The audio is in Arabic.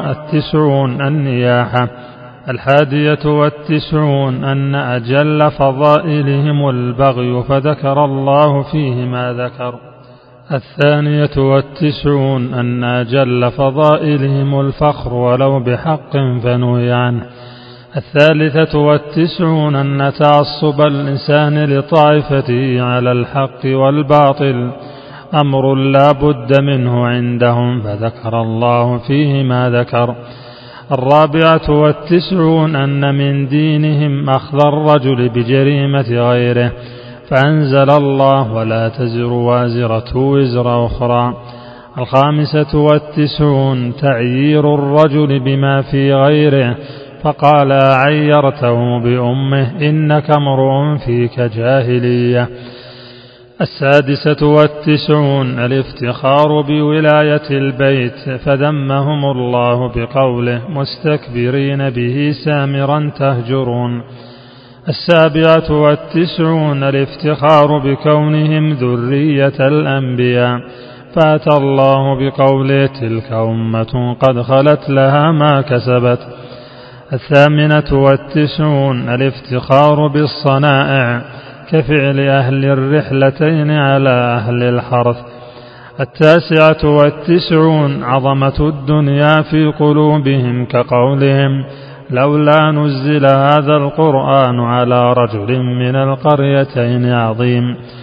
90 النياحة. 91 أن أجل فضائلهم البغي فذكر الله فيه ما ذكر. 92 أن أجل فضائلهم الفخر ولو بحق فنهي عنه. 93 أن تعصب الإنسان لطائفته على الحق والباطل أمر لا بد منه عندهم فذكر الله فيه ما ذكر. 94 أن من دينهم أخذ الرجل بجريمة غيره فأنزل الله ولا تزر وازرة وزر أخرى. 95 تعيير الرجل بما في غيره فقال عيرته بأمه إنك امرؤ فيك جاهلية. 96 الافتخار بولاية البيت فذمهم الله بقوله مستكبرين به سامرا تهجرون. 97 الافتخار بكونهم ذرية الأنبياء فأتى الله بقوله تلك أمة قد خلت لها ما كسبت. 98 الافتخار بالصنائع كفعل أهل الرحلتين على أهل الحرث. 99 عظمة الدنيا في قلوبهم كقولهم لولا نزل هذا القرآن على رجل من القريتين عظيم.